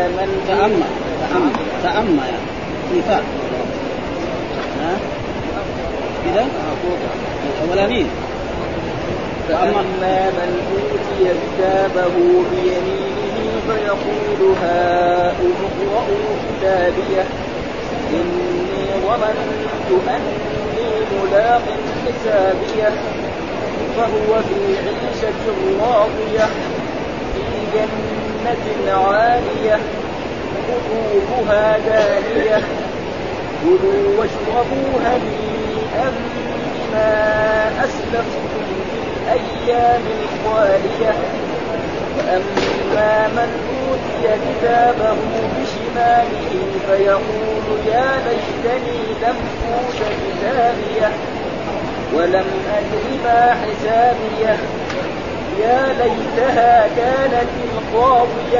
فأما يعني كيفاء كذا الأولاني. فأما من أوتي كتابه بيمينه فيقول هاؤم اقرءوا كتابيه إني ظننت أني ملاق حسابيه فهو في عيشة راضية في جنة عالية قطوفها دانية كلوا واشربوا هنيئا بما أسلفتم في الأيام الخالية. وأما من أوتي كتابه بشماله فيقول يا ليتني لم أوت كتابيه ولم أدر ما حسابيه يا ليتها كانت القاضية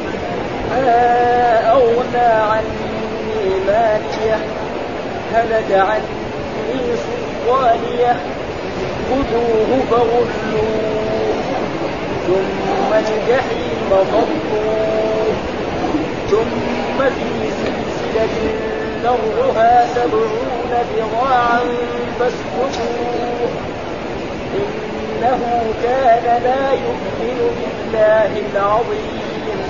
ما أغنى عني ماليه هلك عني سلطانيه خذوه فغلوه ثم الجحيم صلوه ثم في سلسلة ذرعها 70 ذراعا فاسلكوه إنه كان لا يؤمن بالله العظيم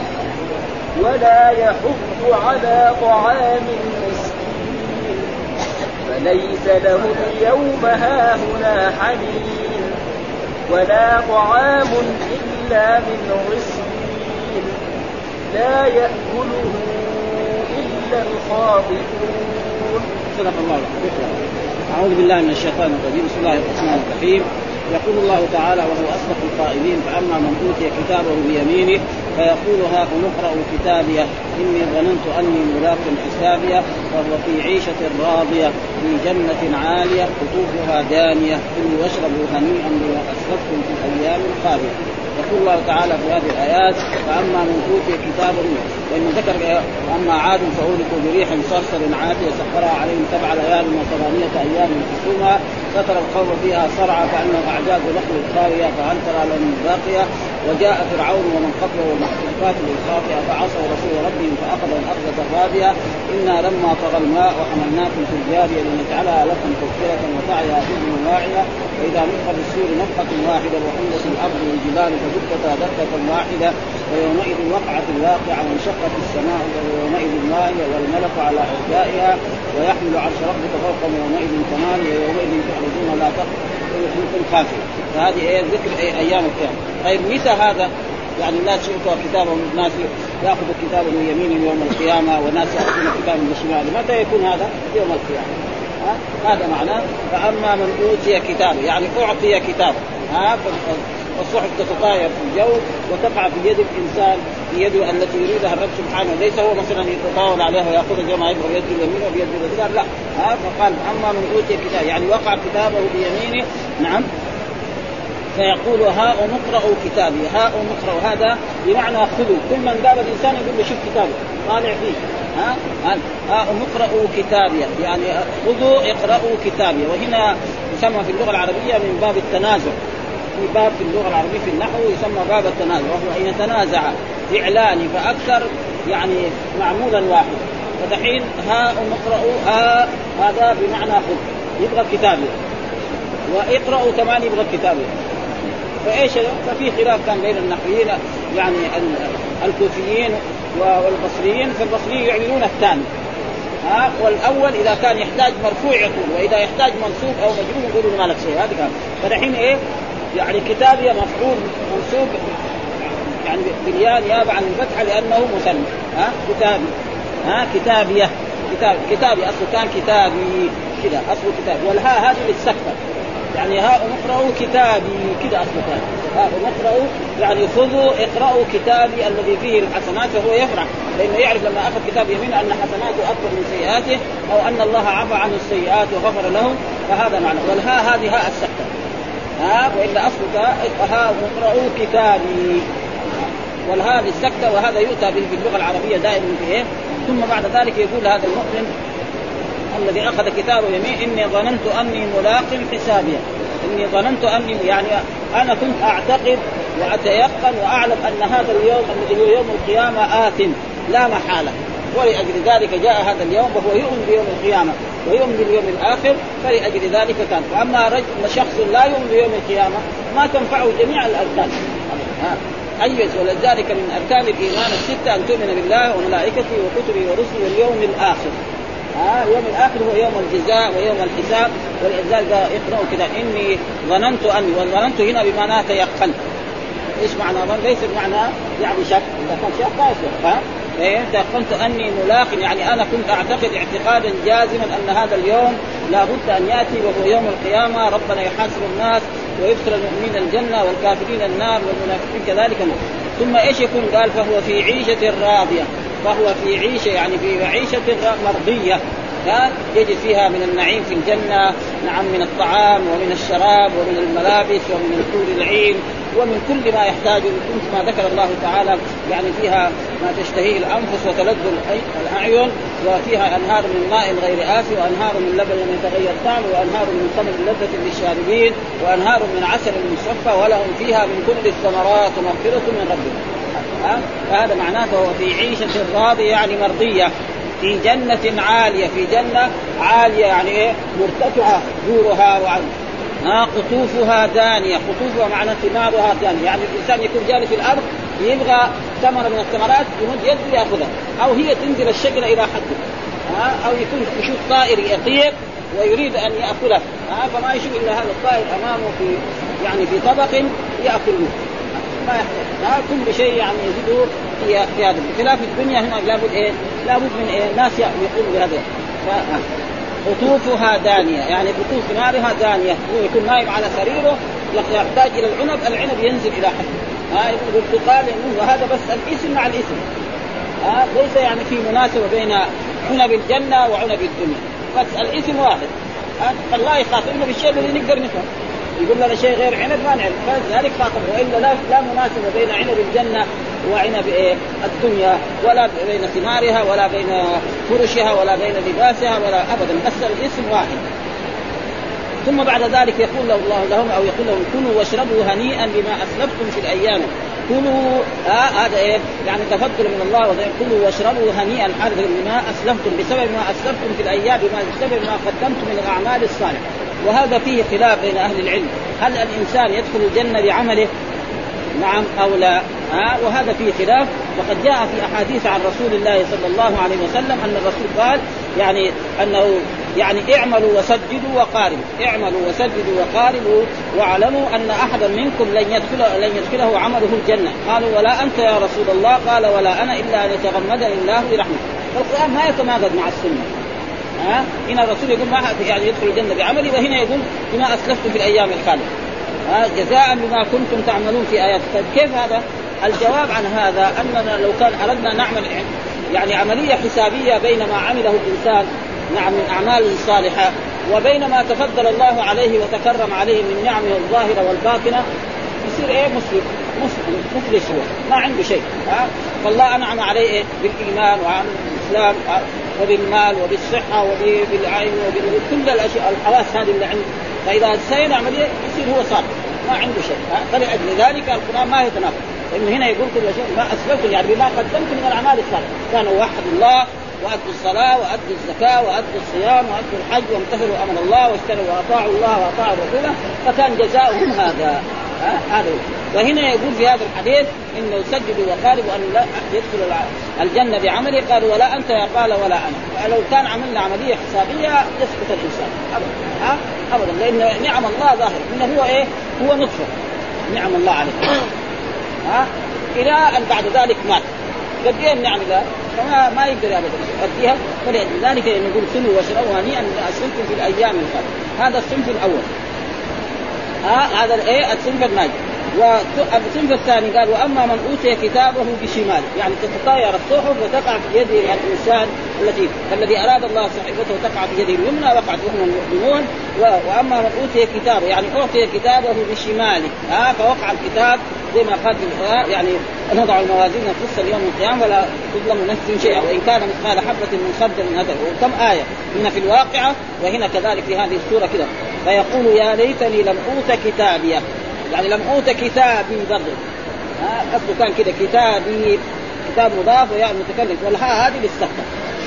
ولا يحض على طعام المسكين فليس له اليوم هاهنا حميم ولا طعام إلا من غسلين لا يأكله إلا الخاطئون. صدق الله العظيم. أعوذ بالله من الشيطان الرجيم. بسم الله الرحمن الرحيم. يقول الله تعالى وهو أصدق القائلين فأما من أوتي كتابه بيمينه فيقول هاؤم اقرءوا كتابيه إني ظننت أني ملاق حسابيه وهو في عيشة راضية في جنة عالية قطوفها دانية كلوا واشربوا هنيئا بما أسلفتم في الأيام الخالية. يقول الله تعالى في هذه الآيات فأما من أوتي كتابه وإن ذكر أما عاد فأهلكوا بريح صرصر عاتية سخرها عليهم 7 ليال و8 أيام حسوما فترى القوم فيها صرعى كأنهم أعجاز نخل خاوية فهل ترى لهم باقية وجاء فرعون ومن قبله ومحتفات بالخاطئة فعصوا رسول ربهم فأخذهم أخذة رابية إنا لما طغى الماء وحملناكم في الجارية لنجعلها لكم تذكرة وتعيها أذن واعية وإذا نفخ بالسور نفخة واحدة وحملت الأرض والجبال فدكتا دكة واحدة ويومئذ وقعت الواقعة وانشقت السماء ويومئذ واهية والملك على أعدائها ويحمل عرش ربك فوقهم يومئذ 8 يومئذ تعرضون لا تخفوا خافية. فهذه ذكر أيام القيامة. طيب متى هذا؟ يعني الناس يؤتوا كتابهم الناس يأخذوا كتابهم من يمينهم يوم القيامة وناس يأخذون كتابهم من شمالهم. متى يكون هذا؟ يوم القيامة. هذا معناه فأما من أوتي كتابه يعني أعطي كتابه والصحف تتطاير في الجو وتقع في يد الإنسان في يده التي يريدها الرب سبحانه ليس هو مثلا يتطاول عليها ويأخذ جمع يبغى بيد اليمين وبيد اليسار لا فقال أما من أوتي كتابه يعني وقع كتابه بيمينه نعم فيقول هاؤم اقرءوا كتابي هاؤم اقرءوا هذا بمعنى خذوا كل من قال الإنسان يقول له شوف كتابه طالع فيه هاؤم اقرءوا كتابي يعني خذوا اقرأوا كتابي وهنا يسمى في اللغة العربية من باب التنازع في باب في اللغة العربية في النحو يسمى باب التنازع وهو أن يتنازع فعلان فأكثر يعني معمولا واحد فدحين هاؤم اقرأوا هذا بمعنى خذ يبغى كتابي واقرأوا كمان يبغى كتابي فإيش ففي خلاف كان بين النحويين يعني الكوفيين والبصريين فالبصريين يعلنون الثاني والأول إذا كان يحتاج مرفوع يقول وإذا يحتاج منصوب أو مجرور يقولوا ما لك شيء هذا كان فدحين إيه يعني كتابية مفعول منصوب يعني بالياء نيابة عن الفتحة لأنه مثنى كتابي كتابية كتابي أصله كان كتابي كده أصله كتاب والهاء هذه للسكتة يعني هاؤم اقرأوا كتابي كده أصله كان هاؤم اقرأوا يعني خذوا اقرأوا كتابي الذي فيه الحسنات فهو يفرح لأنه يعرف لما أخذ كتاب يمين أن حسناته أكثر من سيئاته أو أن الله عفى عن السيئات وغفر له فهذا معنى والهاء هذه هاء السكتة وإلا أصلك هاؤم اقرأوا كتابي والهاء للسكتة وهذا يؤتى به باللغة العربية دائما في إيه ثم بعد ذلك يقول هذا المؤمن الذي أخذ كتابه يمين إني ظننت أني ملاق حسابي إني ظننت أني يعني أنا كنت أعتقد وأتيقن وأعلم أن هذا اليوم الذي هو يوم القيامة لا محالة. ولأجل ذلك جاء هذا اليوم وهو يؤمن بيوم القيامة ويؤمن باليوم الآخر، فلأجل ذلك كان. وأما شخص لا يؤمن بيوم القيامة ما تنفعه جميع الأركان. أيوة. ولذلك من أركان الإيمان الستة أن تؤمن بالله وملائكته وكتبه ورسله واليوم الآخر. يوم الآخر هو يوم الجزاء ويوم الحساب. ولذلك اقرأوا كده إني ظننت أني، وظننت هنا بمعنى تيقنت. إيش معنى ظن؟ ليس بمعنى يعني شك، إذا كان شك لا يصير. تيقنت أني ملاق، يعني أنا كنت أعتقد اعتقادا جازما أن هذا اليوم لا بد أن يأتي، وهو يوم القيامة. ربنا يحاسب الناس ويدخل المؤمنين الجنة والكافرين النار والمنافقين كذلك. ثم إيش يكون؟ قال فهو في عيشة راضية. فهو في عيشة يعني في عيشة مرضية يجد فيها من النعيم في الجنة، نعم، من الطعام ومن الشراب ومن الملابس ومن الحور العين ومن كل ما يحتاج، كما ذكر الله تعالى يعني فيها ما تشتهيه الأنفس وتلذ الأعين، وفيها أنهار من ماء غير آسن وأنهار من لبن لم يتغير طعمه وأنهار من خمر لذة للشاربين وأنهار من عسل مصفى ولهم فيها من كل الثمرات ومغفرة من ربهم. فهذا معناه فهو في عيشة راضية يعني مرضية في جنة عالية، في جنة عالية يعني إيه؟ مرتفعة دورها قطوفها دانية. قطوفها معنى ثمارها دانية، يعني الإنسان يكون جالس في الأرض يبغى ثمرة من الثمرات يمد يده يأخذها، أو هي تنزل الشجرة إلى حده، أو يكون يشوف طائر يطير ويريد أن يأكله، فما يشوف إلا هذا الطائر أمامه في طبق يأكله، ما يحتاج كل شيء يعني يزيده في هذا. بخلاف الدنيا هنا لابد من ناس يقوموا بهذا. قطوفها دانية يعني قطوف ثمارها دانية، هو يكون نايم على سريره يحتاج إلى العنب ينزل إلى حد البرتقال، وهذا بس الاسم مع الاسم، ليس يعني في مناسبة بين عنب الجنة وعنب الدنيا، بس الاسم واحد. الله يخاطبنا بالشيء الذي نقدر نفهم، يقول لنا شيء غير عنب ما نعرف، فذلك خاطب. وإلا لا مناسبة بين عنب الجنة وعنب الدنيا، ولا بين ثمارها ولا بين فرشها ولا بين لباسها ولا أبدا، بس الاسم واحد. ثم بعد ذلك يقول الله لهم أو يقول لهم كلوا واشربوا هنيئا بما أسلفتم في الأيام. كلوا هذا يعني تفضل من الله، كلوا واشربوا هنيئا هذا بما أسلفتم، بسبب ما أسلفتم في الأيام، بسبب ما قدمتم من الأعمال الصالحة. وهذا فيه خلاف بين أهل العلم، هل الإنسان يدخل الجنة بعمله نعم أو لا؟ وهذا فيه خلاف. وقد جاء في أحاديث عن رسول الله صلى الله عليه وسلم أن الرسول قال يعني أنه يعني اعملوا وسددوا وقاربوا، اعملوا وسددوا وقاربوا واعلموا أن أحدا منكم لن يدخله عمله الجنة. قالوا ولا أنت يا رسول الله؟ قال ولا أنا إلا أن يتغمدني الله برحمته. فالقرآن ما يتماغد مع السنة. هنا الرسول يقول ما يعني يدخل الجنة بعمله، وهنا يقول بما أسلفتم في الأيام الخالية جزاء بما كنتم تعملون في آيات. كيف هذا؟ الجواب عن هذا أننا لو كان أردنا نعمل يعني عملية حسابية بين ما عمله الإنسان نعم من أعمال صالحة وبين ما تفضل الله عليه وتكرم عليه من نعمه الظاهرة والباطنة، يصير مفلس، هو ما عنده شيء. فالله أنعم عليه بالإيمان وعن الإسلام وبالمال وبالصحة وبالعين وبكل الأشياء الحواس هذه اللي عنده، فإذا سيد عملية يصير هو صالح ما عنده شيء. فلأجل ذلك القرآن ما يتناقض، إنه هنا يقول كل شيء ما أسلفتم يعني بما قدمت من الأعمال الصالحة، كانوا وحدوا الله وأدوا الصلاة وأدوا الزكاة وأدوا الصيام وأدوا الحج وامتثلوا أمر الله واجتنبوا وأطاعوا الله وأطاعوا رسوله فكان جزاؤهم هذا. هذا وهنا يقول في هذا الحديث إنه سجدوا وقاربوا أن لا يدخل الجنة بعمله. قالوا ولا أنت؟ قال ولا أنا. فلو كان عملنا عملية حسابية يسقط الإنسان أبدا أبدا، لأن نعم الله ظاهر، إنه هو نطفة نعم الله عليه إلى أن بعد ذلك مات قد ايه النعم ذا فما يقدر ابدا يؤديها. فلذلك نقول كلوا واشربوا هنيئا بما اسلفتم في الايام الخاليه. هذا الصنف الاول. هذا الصنف الناجي. والصنف الثاني قال واما من اوتي كتابه بشماله، يعني تتطاير الصحف وتقع في يد الانسان الذي اراد الله صحيفته تقع في يده اليمنى وقعت وهم المؤمنون. واما من اوتي كتابه يعني اعطي كتابه بشماله فوقع الكتاب زي ما قال يعني نضع الموازين القسط يوم القيامة ولا تظلم نفس شيئا وإن كان مثقال حبة من خردل من هذا. وكم آية هنا في الواقعة وهنا كذلك في هذه السورة كده. فيقول يا ليتني لم أوت كتابي، يعني لم أوت كتابي برضه. أصله كان كده كتابي كتاب مضاف وياء المتكلم، والهاء هذه للسكتة.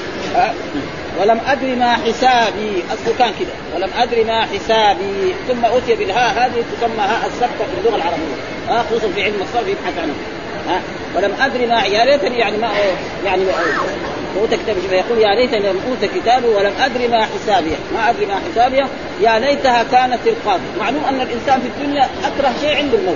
ولم أدري ما حسابي، أصله كان كده ولم أدري ما حسابي، ثم أتي بالهاء هذه تسمى هاء السكتة في اللغة العربية، خصوصا في علم الصرف يبحث عنه. ولم أدري ما، يا ليتني يعني ما يعني أوتى كتابي، يقول يا ليتني لم أوتى كتابي ولم أدري ما حسابي، ما أدري ما حسابي، يا ليتها كانت القاضي. معلوم أن الإنسان في الدنيا أكره شيء عند الموت،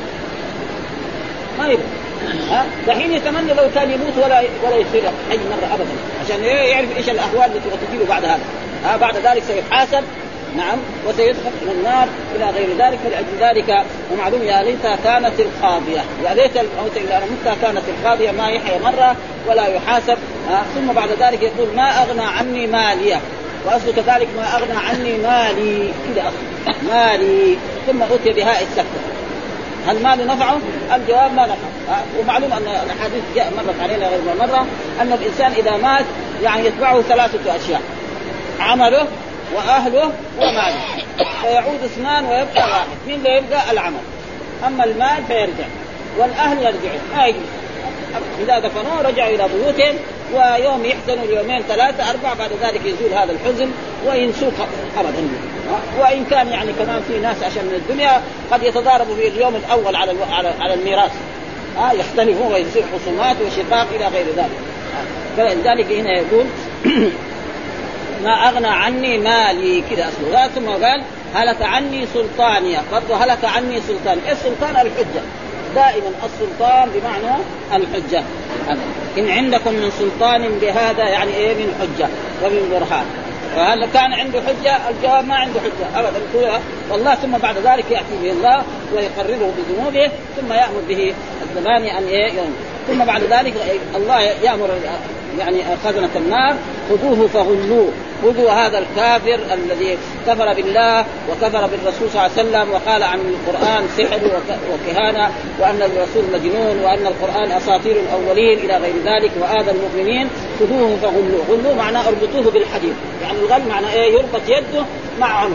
ما يبقى دحين يتمنى لو كان يموت ولا يصير حي مرة أبدا، عشان يعرف إيش الأهوال التي تجيله بعد هذا. بعد ذلك سيحاسب، نعم، وسيدخل إلى النار إلى غير ذلك. فلأجل ذلك ومعلوم يا ليتها كانت القاضية، يا ليت الموت إلا متى كانت القاضية، ما يحيى مرة ولا يحاسب. ثم بعد ذلك يقول ما أغنى عني مالية، وأصل كذلك ما أغنى عني مالي كده أصل مالي، ثم أتي بهاء السكتة. هل مال نفعه؟ الجواب لا نفعه. ومعلوم أن الحديث جاء مرت علينا غير مرة أن الإنسان إذا مات يعني يتبعه 3 أشياء: عمله وأهله وماله، فيعود 2 ويبقى 1. مين اللي يبقى؟ العمل. أما المال فيرجع، والأهل يرجعون ما يجلس. إذا دفنوه رجعوا إلى بيوتهم، ويوم يحزنوا 2 3 4، بعد ذلك يزول هذا الحزن وينسوق أبدا. وإن كان يعني كمان في ناس عشان من الدنيا قد يتضاربوا في اليوم الأول على الميراث، يختلفون ويصير خصومات وشقاق إلى غير ذلك. فلذلك هنا يقول ما أغنى عني مالي كده أصله. ثم قال هلك عني سلطانية، برضو هلك عني سلطان. السلطان الحجة، دائما السلطان بمعنى الحجة. إن عندكم من سلطان بهذا يعني إيه؟ من حجة ومن برهان. وهل كان عنده حجة؟ الجواب ما عنده حجة أبدا والله. ثم بعد ذلك يأتي به الله ويقرره بذنوبه، ثم يأمر به الزمان أن يوم. ثم بعد ذلك الله يأمر يعني خزنة النار خذوه فغلوه. خذوا هذا الكافر الذي كفر بالله وكفر بالرسول صلى الله عليه وسلم وقال عن القرآن سحر وكهانة، وأن الرسول مجنون، وأن القرآن أساطير الأولين إلى غير ذلك، وآذى المؤمنين. خذوه فغلوه. غلوه معناه اربطوه بالحديد، يعني الغل معناه إيه؟ يربط يده مع عنق.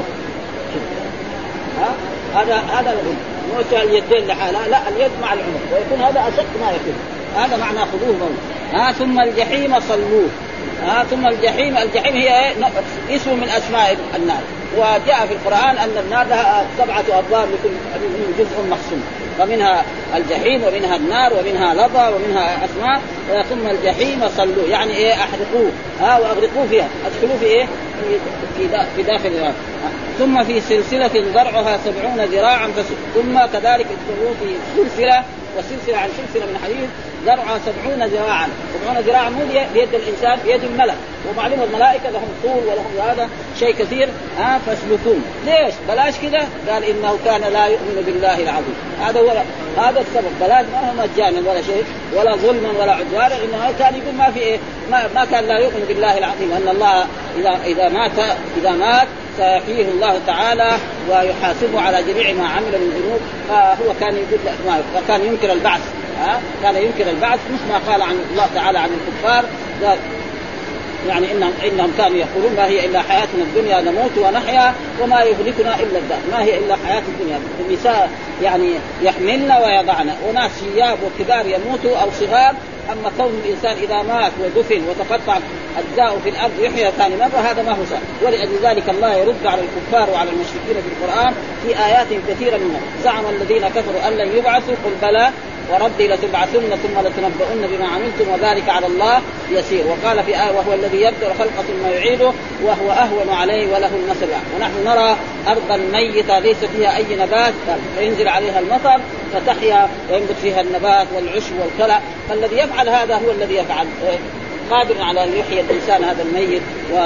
هذا الغل، مو اليدين لحالها، لا، اليد مع العنق، ويكون هذا أشق ما يكون. هذا معنى خذوه فغلوه. ثم الجحيم صلوه. ثم الجحيم هي اسم من أسماء النار، وجاء في القرآن أن النار لها 7 أبواب لكل جزء مقسوم، ومنها الجحيم ومنها النار ومنها لظى ومنها أسماء. ثم الجحيم صلوه يعني إيه؟ أحرقوه وأغرقوه فيها، أدخلوه في إيه؟ في داخل النار. ثم في سلسلة ذرعها 70 ذراعا ثم كذلك ادخلوه في سلسلة، وسلسلة عن سلسلة من حديد ذرعها 70 ذراعا. 70 ذراعا مو بيد الإنسان، بيد الملك. ومعلوم الملائكة لهم طول ولهم هذا شيء كثير. فاسلكوه. ليش بلاش كده؟ قال إنه كان لا يؤمن بالله العظيم. هذا السبب. بلاش ما هو مجانا ولا شيء ولا ظلما ولا عدوانا، إنه كان يقول ما في إيه، ما كان لا يؤمن بالله العظيم، أن الله إذا مات سيحييه الله تعالى ويحاسبه على جميع ما عمل من ذنوب. فهو كان يقول وكان ينكر البعث. كان ينكر البعث، مش ما قال عن الله تعالى عن الكفار، يعني إنهم كانوا يقولون ما هي إلا حياتنا الدنيا نموت ونحيا وما يهلكنا إلا الدهر. ما هي إلا حياة الدنيا. النساء يعني يحملن ويضعن، وناس شياب وكبار يموتوا أو صغار. أما كون الإنسان إذا مات ودفن وتقطع أجزاؤه في الأرض يحيى ثاني مرة، هذا ما هو سهل. ولأجل ذلك الله يرد على الكفار وعلى المشركين في القرآن في آيات كثيرة منها. زعم الذين كفروا أن لن يبعثوا، قل بلى وربي لتبعثن ثم لتنبؤن بما عملتم وذلك على الله يسير. وقال في آية وهو الذي يبدأ الخلق ثم يعيده وهو أهون عليه وله المثل. ونحن نرى أرضا ميتة ليس فيها أي نبات فينزل عليها المطر فتحيا وينبت فيها النبات والعشب والكلى. فالذي يفعل هذا هو الذي يفعل، قادر على أن يحيي الإنسان هذا الميت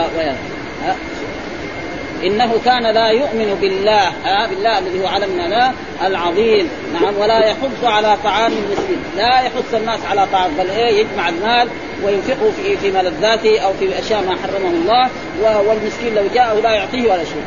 إنه كان لا يؤمن بالله بالله الذي هو علمنا لا العظيم. نعم. ولا يحض على طعام المسكين، لا يحث الناس على طعام، بل يجمع المال وينفقه في ملذاته أو في أشياء ما حرمه الله. والمسكين لو جاءه لا يعطيه ولا شيء.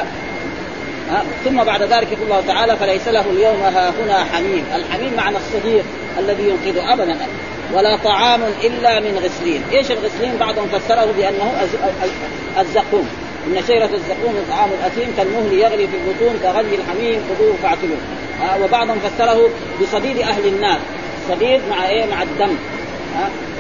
ثم بعد ذلك يقول الله تعالى فليس له اليوم هاهنا حميم. الحميم معنى الصديق الذي ينقذ أبدا. ولا طعام إلا من غسلين. إيش الغسلين؟ بعضهم فسره بأنه الزقوم. إن شجرة الزقوم طعام الأثيم كالمهل يغلي في البطون كغلي الحميم خذوه فاعتلوه. وبعضهم فسره بصديد أهل النار. صديد مع إيه؟ مع الدم.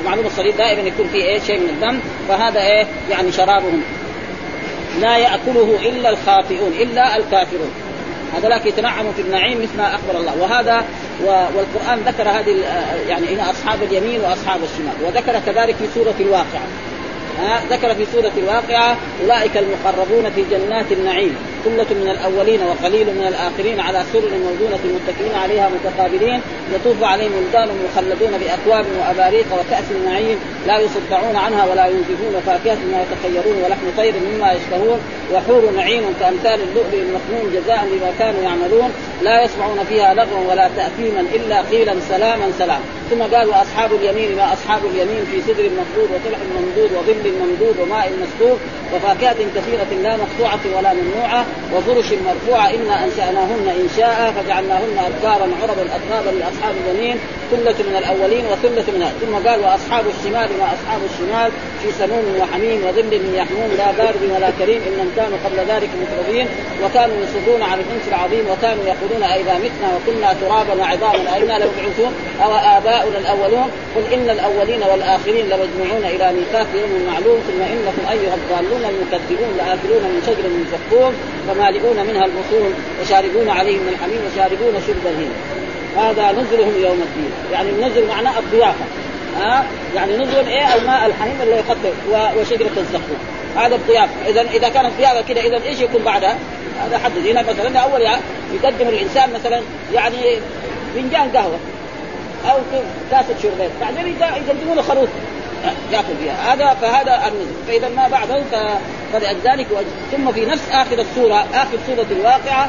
ومعلوم الصليب دائما يكون فيه إيه شيء من الدم، فهذا إيه يعني شرابهم. لا يأكله إلا الخاطئون إلا الكافرون، هذولاك يتنعموا في النعيم مثل ما أخبر الله. وهذا والقرآن ذكر هذه يعني هنا أصحاب اليمين وأصحاب الشمال، وذكر كذلك في سورة الواقعة. ذكر في سورة الواقعة أولئك المقربون في جنات النعيم ثلة من الأولين وقليل من الآخرين على سرر موضونة متكئين عليها متقابلين يطوف عليهم ولدان مخلدون بأكواب وأباريق وكأس معين لا يصدعون عنها ولا ينزفون فاكهة ما يتخيرون ولحم طير مما يشتهون وحور نعيم كأمثال اللؤلؤ المكنون جزاء بما كانوا يعملون لا يسمعون فيها لغوا ولا تأثيما إلا قيلا سلاما سلام. ثم قال وأصحاب اليمين ما أصحاب اليمين في سدر مخضود وطلح ممدود وظل ممدود وماء مسكوب وفاكهة كثيرة لا مقطوعة ولا ممنوعة وفرش مرفوعة إنا أنشأناهن إنشاء فجعلناهن أبكارا عربا أترابا لأصحاب اليمين ثلة من الأولين وثلة من هذا. ثم قال وأصحاب الشمال ما أصحاب الشمال في سموم وحميم وظل من يحموم لا بارد ولا كريم إنهم كانوا قبل ذلك مترفين وكانوا يصرون على الإنس العظيم وكانوا يقولون أئذا متنا وكنا ترابا وعظاما أئنا لمبعوثون أو آباؤنا الأولون قل إن الأولين والآخرين لمجموعون إلى ميقات يوم معلوم ثم إنكم أيها الضالون المكذبون لآكلون من شجر من زقوم فمالئون منها البطون وشاربون عليه من الحميم وشاربون شرب الهيم هذا نزلهم يوم الدين. يعني النزل معناه الضيافة يعني نزل إيه الماء الحميم اللي يقدر وشجرة الزقوم هذا الضيافة. إذا كانت ضيافة كده إذا إيش يكون بعدها؟ هذا حدد هنا مثلا أول يقدم الإنسان مثلا يعني فنجان قهوة أو كاسة شربات بعدين يقدمون له خروف يأكل فيها هذا فهذا النزل. فإذا ما بعده فلذلك ثم في نفس آخر السورة آخر سورة الواقعة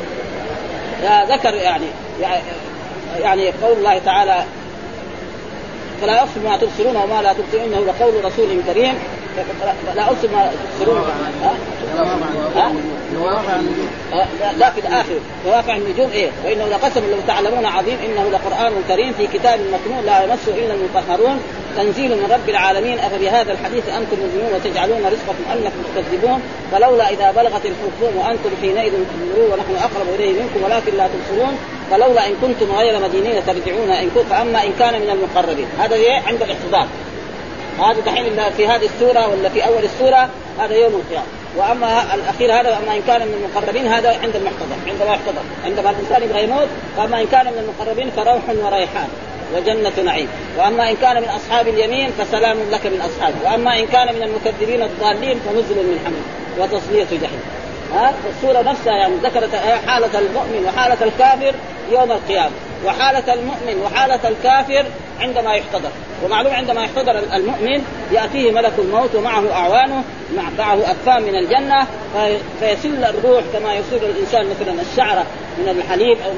ذكر يعني قول الله تعالى فلا أقسم ما تبصرون وما لا تبصرون إنه لقول رسول كريم لا أقسم ما تبصرون لا في الآخر مواقع النجوم إيه وإنه لقسم لو تعلمون عظيم إنه لقرآن كريم في كتاب مكنون لا يمسه إلا المطهرون تنزيل من رب العالمين أفبهذا الحديث أنتم مدهنون وتجعلون رزقكم أنكم تكذبون فلولا إذا بلغت الحلقوم وأنتم حينئذ تنظرون ونحن أقرب إليه منكم ولكن لا تبصرون فلولا إن كنتم غير مدينين ترجعون إن كنتم فأما إن كان من المقربين هذا عند الاحتضار. هذا دحين في هذه السورة ولا في أول السورة هذا يوم القيامة. وأما الأخير هذا أما إن كان من المقربين هذا عند المحتضر عندما يحتضر عندما الإنسان يبغى يموت. فأما إن كان من المقربين فروح وريحان وجنة نعيم وأما إن كان من أصحاب اليمين فسلام لك من أصحابه وأما إن كان من المكذبين الضالين فنزل من حميم وتصلية جحيم. السورة نفسها يعني ذكرت حالة المؤمن وحالة الكافر يوم القيامة وحالة المؤمن وحالة الكافر عندما يحتضر. ومعلوم عندما يحتضر المؤمن يأتيه ملك الموت ومعه أعوانه معه أكفان من الجنة فيسل الروح كما يسل الإنسان مثلا الشعرة من الحليب أو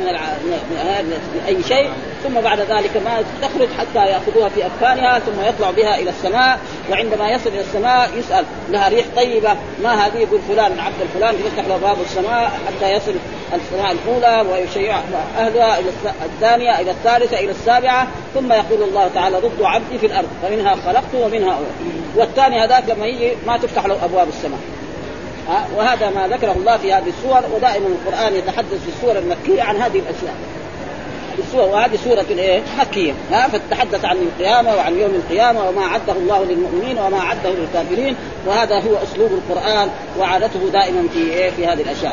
من أي شيء ثم بعد ذلك ما تخرج حتى يأخذوها في أكفانها ثم يطلع بها إلى السماء. وعندما يصل إلى السماء يسأل لها ريح طيبة ما هذه يقول فلان عبد الفلان يفتح له باب السماء حتى يصل السماء الأولى ويشيع أهلها إلى الثانية إلى الثالثة إلى السابعة ثم يقول الله تعالى ردوا عبدي في الأرض فمنها خلقته ومنها والثاني هذاك لما يجي ما تفتح له أبواب السماء. وهذا ما ذكره الله في هذه السور. ودائما القرآن يتحدث في السور المكية عن هذه الأشياء السور وهذه سورة مكية فتتحدث عن القيامة وعن يوم القيامة وما عده الله للمؤمنين وما عده للكافرين. وهذا هو أسلوب القرآن وعادته دائما في هذه الأشياء.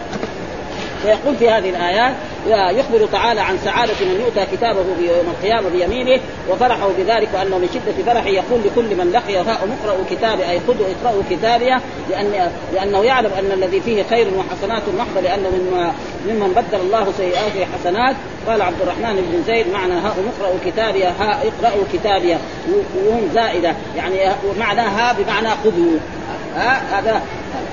فيقول في هذه الآيات يخبر تعالى عن سعادة من يؤتى كتابه يوم القيامة بيمينه وفرحه بذلك وأنه من شدة فرحه يقول لكل من لقيه اقرأوا كتابي أي خذوا اقرأوا كتابي لأنه يعلم أن الذي فيه خير وحسنات محضة لأنه ممن بدل الله سيئاته حسنات. قال عبد الرحمن بن زيد معنى اقرأوا كتابي اقرأوا كتابي وهم زائدة يعني معناها بمعنى خذوا هذا.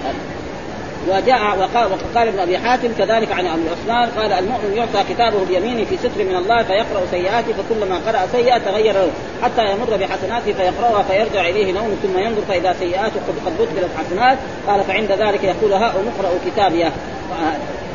وجاء وقال ابن أبي حاتم كذلك عن أبي عثمان قال المؤمن يعطى كتابه بيمينه في ستر من الله فيقرأ سيئاته فكلما قرأ سيئة تغير له حتى يمر بحسناته فيقرأها فيرجع إليه نوم ثم ينظر فإذا سيئاته قد بدلت حسنات قال فعند ذلك يقول اقرأوا كتابي.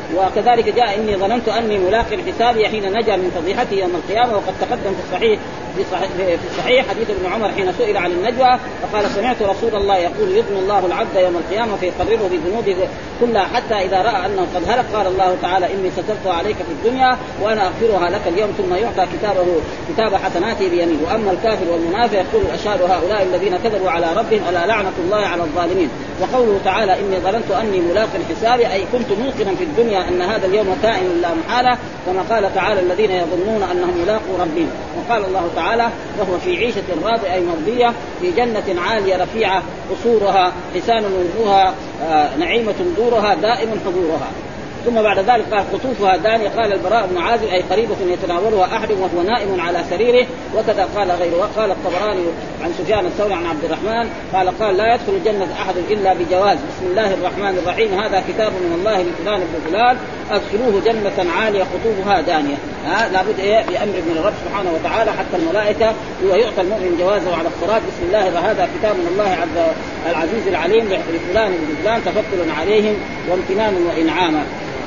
وكذلك جاء إني ظننت أني ملاق حسابي حين نجا من فضيحته يوم القيامة. وقد تقدم في الصحيح في الصحيح حديث ابن عمر حين سئل عن النجوى فقال سمعت رسول الله يقول يدنو الله العبد يوم القيامة فيقرره بذنوبه كلها حتى إذا رأى أنه قد هلك قال الله تعالى إني سترتها عليك في الدنيا وأنا أغفرها لك اليوم ثم يعطى كتاب حسناته بيمينه. وأما الكافر والمنافق يقول الأشهاد هؤلاء الذين كذبوا على ربهم ألا لعنة الله على الظالمين. وقوله تعالى إني ظننت أني ملاق حسابي أي كنت موقنا في الدنيا أن هذا اليوم كائن لا محالة كما قال تعالى الذين يظنون أنهم ملاقوا ربهم. وقال الله تعالى وهو في عيشة راضية أي مرضية في جنة عالية رفيعة قصورها حسان وجوهها نعيمة دورها دائم حضورها. ثم بعد ذلك قال قطوفها دانية. قال البراء بن عازب أي قريبة يتناولها أحد وهو نائم على سريره. وكذا قال غيره. وقال الطبراني عن سفيان الثوري عن عبد الرحمن قال لا يدخل الجنة أحد إلا بجواز بسم الله الرحمن الرحيم هذا كتاب من الله لفلان بن فلان أدخلوه جنة عالية قطوفها دانية. لابد بأمر من الرب سبحانه وتعالى حتى الملائكة هو يعطى المؤمن جوازه على الصراط بسم الله هذا كتاب من الله العزيز العليم لفلان بن فلان تفضل عليهم وامتنان وإنعاما.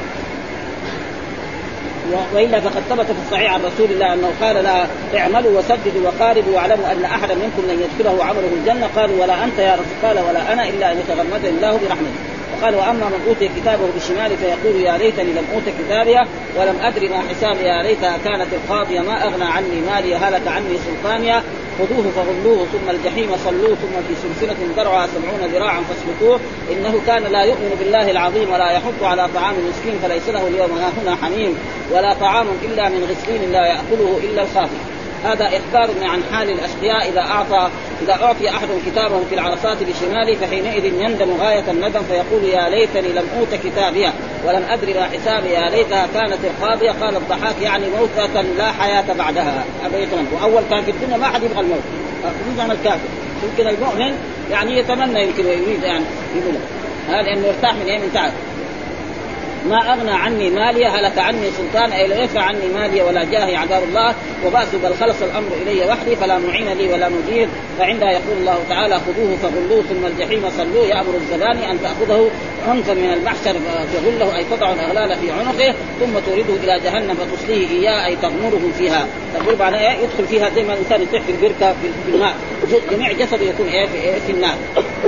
وإلا فقد ثبت في الصحيح عن رسول الله أنه قال لا اعملوا وسددوا وقاربوا واعلموا أن أحدا منكم لن يدخله عمله الجنة. قالوا ولا أنت يا رسول قال ولا أنا إلا أن يتغمدني الله برحمته. وقال وأما من أوتي كتابه بالشمال فيقول يا ليتني لم أوت كتابيه ولم أدري ما حسابي يا ليتها كانت القاضية ما أغنى عني مالي هلك عني سلطانيا خذوه فغلوه ثم الجحيم صلوه ثم في سلسلة ذرعها 70 ذراعا فاسلكوه إنه كان لا يؤمن بالله العظيم ولا يحض على طعام المسكين فليس له اليوم هنا حميم ولا طعام إلا من غسلين لا يأكله إلا الخاطئ. هذا إخبار عن حال الأشقياء إذا أعطي أحد كتابه في العرصات بشماله فحينئذ يندم غاية الندم فيقول يا ليتني لم أوت كتابيه ولم أدري ما حسابي يا ليتها كانت القاضية. قال الضحاك يعني موتة لا حياة بعدها وأول كان في الدنيا ما حد يبغى الموت خصوصا الكافر. يمكن المؤمن يعني يتمنى يمكن ويريد يعني يقول لأنه يرتاح من تعب. ما أغنى عني مالي هلك عني سلطان أي لا يدفع عني مالي ولا جاهي عذاب الله وبأس بل خلص الأمر إلي وحدي فلا معين لي ولا مجير. فعندها يقول الله تعالى خذوه فغلوه ثم الجحيم صلوه يأمر الزباني أن تأخذه عنفا من المحشر تغله أي تضع الأغلال في عنقه ثم تورده إلى جهنم فتصليه إياه أي تغمره فيها. تقول معناه يدخل فيها زي ما الإنسان يطيح في البركة في الماء جميع جسده يكون في النار.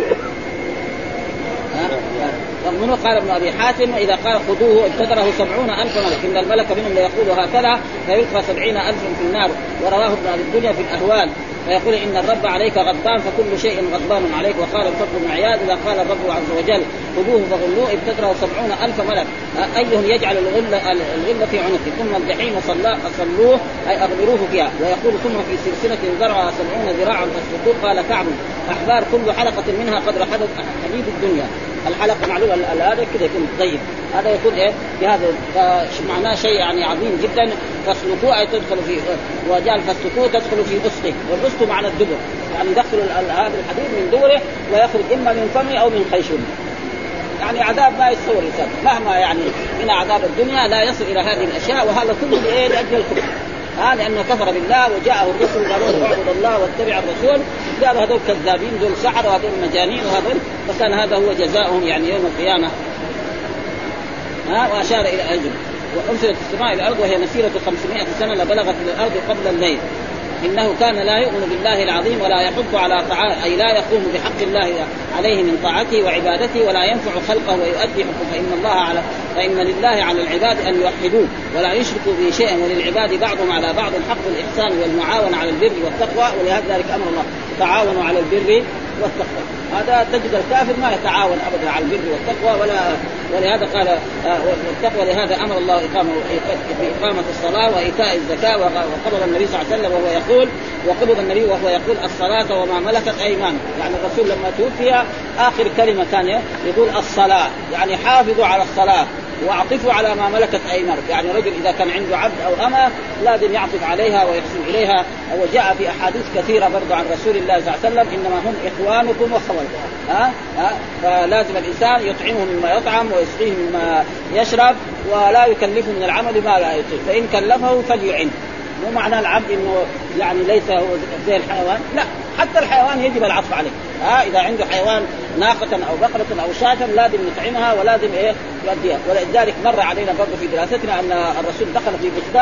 ومنه قال ابن أبي حاتم إذا قال خذوه ابتدره 70,000 ملك إن الملك منهم ليقول هكذا فيلقى 70,000 في النار. ورواه ابن أبي الدنيا في الأهوال فيقول إن الرب عليك غضبان فكل شيء غضبان عليك. وقال الفضل بن عياض إذا قال الرب عز وجل خذوه فغلوه ابتدره 70,000 ملك أيهم يجعل الغلة في عنقه ثم الجحيم صلوه أي أغمروه فيها. ويقول ثم في سلسلة ذرعها 70 ذراعا فاسلكوه. قال كعب أحبار كل حلقة منها قدر حديد الدنيا. الحلقة معلومة هذا كده يكون طيب هذا يكون بهذا معناه شيء يعني عظيم جدا. فاسلكوه أي تدخل فيه وجعل فاسلكوه تدخل في أسطه والأسط معنى الدبر يعني يدخل هذا الحديد من دوره ويخرج إما من فمه أو من خيشومه. يعني عذاب ما يتصور الإنسان مهما يعني من عذاب الدنيا لا يصل إلى هذه الأشياء وهذا كله لأجل الكفر لأنه كفر بالله وجاءه الرسل قالوا اعبد الله واتبع الرسول قالوا هذول كذابين دول سحر وهذول مجانين وهذول فكان هذا هو جزاؤهم يعني يوم القيامة. وأشار إلى أجل وأرسلت السماء إلى الأرض وهي مسيرة 500 سنة لبلغت الأرض قبل الليل إنه كان لا يؤمن بالله العظيم ولا يحض على طاعة أي لا يقوم بحق الله عليه من طاعته وعبادته ولا ينفع خلقه ويؤدي حقه فإن لله على العباد أن يوحدوه ولا يشركوا به شيئا وللعباد بعضهم على بعض حق الإحسان والمعاونة على البر والتقوى ولهذا أمر الله تعاونوا على البر والتقوى. هذا تجد الكافر ما يتعاون أبدا على البر والتقوى ولهذا قال والتقوى لهذا أمر الله بإقامة الصلاة وإيتاء الزكاة. وقبض النبي صلى الله عليه وسلم وقبض النبي وهو يقول الصلاة وما ملكت أيمانكم يعني الرسول لما توفي آخر كلمة ثانية يقول الصلاة يعني حافظوا على الصلاة واعطفوا على ما ملكت أيمانكم يعني رجل إذا كان عنده عبد أو أمة لازم يعطف عليها ويحسن إليها. وجاء في أحاديث كثيرة برضو عن رسول الله صلى الله عليه وسلم إنما هم إخوانكم وخوالكم فلازم الإنسان يطعمه مما يطعم ويسقيه مما يشرب ولا يكلفه من العمل ما لا يطيق فإن كلفه فليعن. مو معنى العبد إنه يعني ليس هو زي الحيوان لا حتى الحيوان يجب العطف عليه. إذا عنده حيوان ناقة أو بقرة أو شاة لازم نطعمها ولازم يؤديها. ولذلك مر علينا برضو في دراستنا أن الرسول دخل في بستان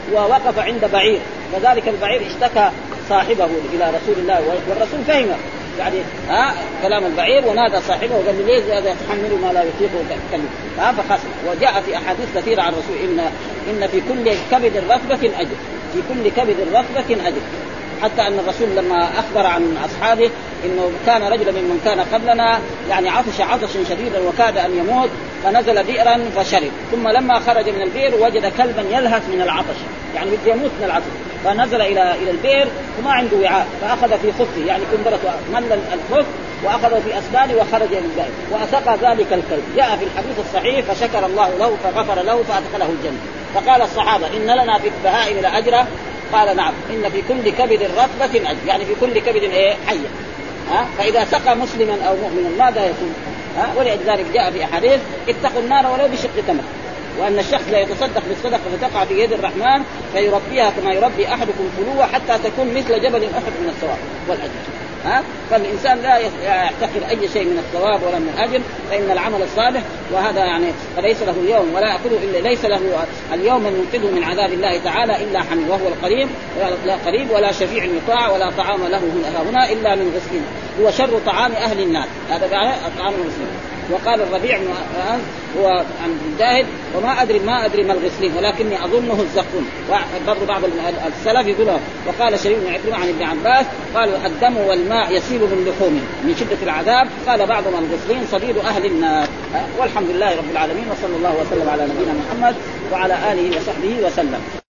ووقف عند بعير، فذلك البعير اشتكى صاحبه إلى رسول الله، والرسول فهم يعني كلام البعير ونادى صاحبه وقال له ليه هذا تحمل ما لا يطيقه كلمه فخسر. وجاء في أحاديث كثيرة عن الرسول إن في كل كبد رطبة أجر، في كل كبد رطبة أجر. حتى أن الرسول لما أخبر عن أصحابه إنه كان رجلا ممن كان قبلنا يعني عطش عطشا شديدا وكاد أن يموت فنزل بئرا فشرب، ثم لما خرج من البئر وجد كلبا يلهث من العطش يعني بده يموت من العطش، فنزل إلى البئر وما عنده وعاء فأخذ في خفه يعني كندرته مل الخف وأخذه في أسنانه وخرج من البئر وأسقى ذلك الكلب. جاء في الحديث الصحيح فشكر الله له فغفر له فأدخله الجنة. فقال الصحابة إن لنا في البهائم لأجرا؟ قال نعم، إن في كل كبد رطبة أجر، يعني في كل كبد حية. فإذا سقى مسلما أو مؤمنا ماذا يكون؟ ولذلك جاء في أحاديث اتقوا النار ولو بشق تمر، وأن الشخص لا يتصدق بالصدقة فتقع في يد الرحمن فيربيها كما يربي أحدكم فلوة حتى تكون مثل جبل أحد من الثواب والأجر. فالإنسان لا يحتقر أي شيء من الثواب ولا من الأجر، فإن العمل الصالح وهذا يعني فليس له اليوم ولا يأكله إلا ليس له اليوم من ينقذه من عذاب الله تعالى إلا حميم وهو القريب لا قريب ولا شفيع يطاع ولا طعام له هنا إلا من غسلين هو شر طعام أهل النار. هذا طعام المسلمين. وقال الربيع بن هو عن مجاهد وما أدري ما الغسلين ولكني أظنه الزقوم. برضو بعض السلف يقولها. وقال شريك بن عكرمة عن ابن عباس قالوا الدم والماء يسيل من لحومهم من شدة العذاب، قال بعضهم الغسلين صديد أهل النار. والحمد لله رب العالمين وصلى الله وسلم على نبينا محمد وعلى آله وصحبه وسلم.